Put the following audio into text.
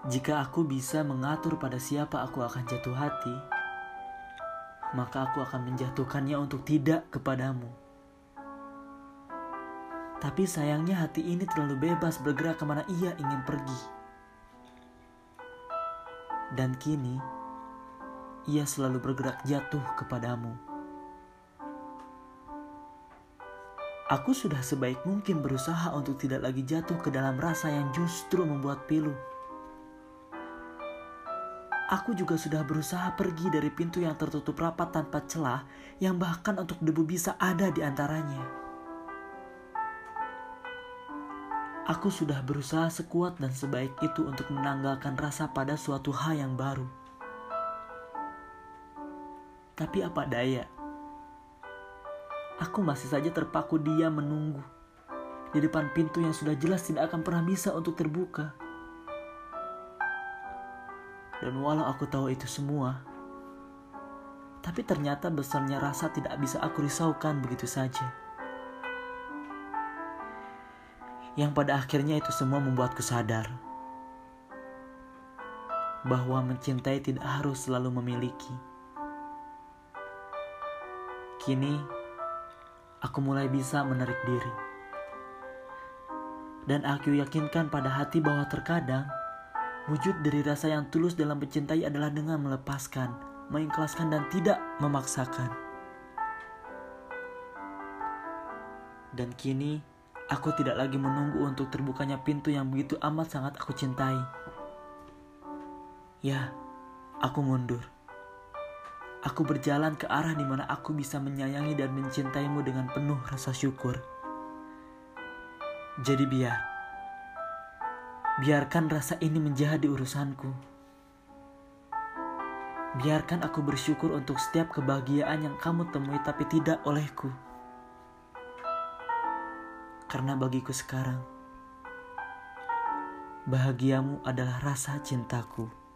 Jika aku bisa mengatur pada siapa aku akan jatuh hati, maka aku akan menjatuhkannya untuk tidak kepadamu. Tapi sayangnya hati ini terlalu bebas bergerak kemana ia ingin pergi. Dan kini, ia selalu bergerak jatuh kepadamu. Aku sudah sebaik mungkin berusaha untuk tidak lagi jatuh ke dalam rasa yang justru membuat pilu. Aku juga sudah berusaha pergi dari pintu yang tertutup rapat tanpa celah, yang bahkan untuk debu bisa ada di antaranya. Aku sudah berusaha sekuat dan sebaik itu untuk menanggalkan rasa pada suatu hal yang baru. Tapi apa daya? Aku masih saja terpaku diam menunggu di depan pintu yang sudah jelas tidak akan pernah bisa untuk terbuka. Dan walau aku tahu itu semua, tapi ternyata besarnya rasa tidak bisa aku risaukan begitu saja. Yang pada akhirnya itu semua membuatku sadar bahwa mencintai tidak harus selalu memiliki. Kini, aku mulai bisa menarik diri. Dan aku yakinkan pada hati bahwa terkadang wujud dari rasa yang tulus dalam mencintai adalah dengan melepaskan, mengikhlaskan dan tidak memaksakan. Dan kini, aku tidak lagi menunggu untuk terbukanya pintu yang begitu amat sangat aku cintai. Ya, aku mundur. Aku berjalan ke arah di mana aku bisa menyayangi dan mencintaimu dengan penuh rasa syukur. Jadi biarkan rasa ini menjadi urusanku. Biarkan aku bersyukur untuk setiap kebahagiaan yang kamu temui tapi tidak olehku. Karena bagiku sekarang, bahagiamu adalah rasa cintaku.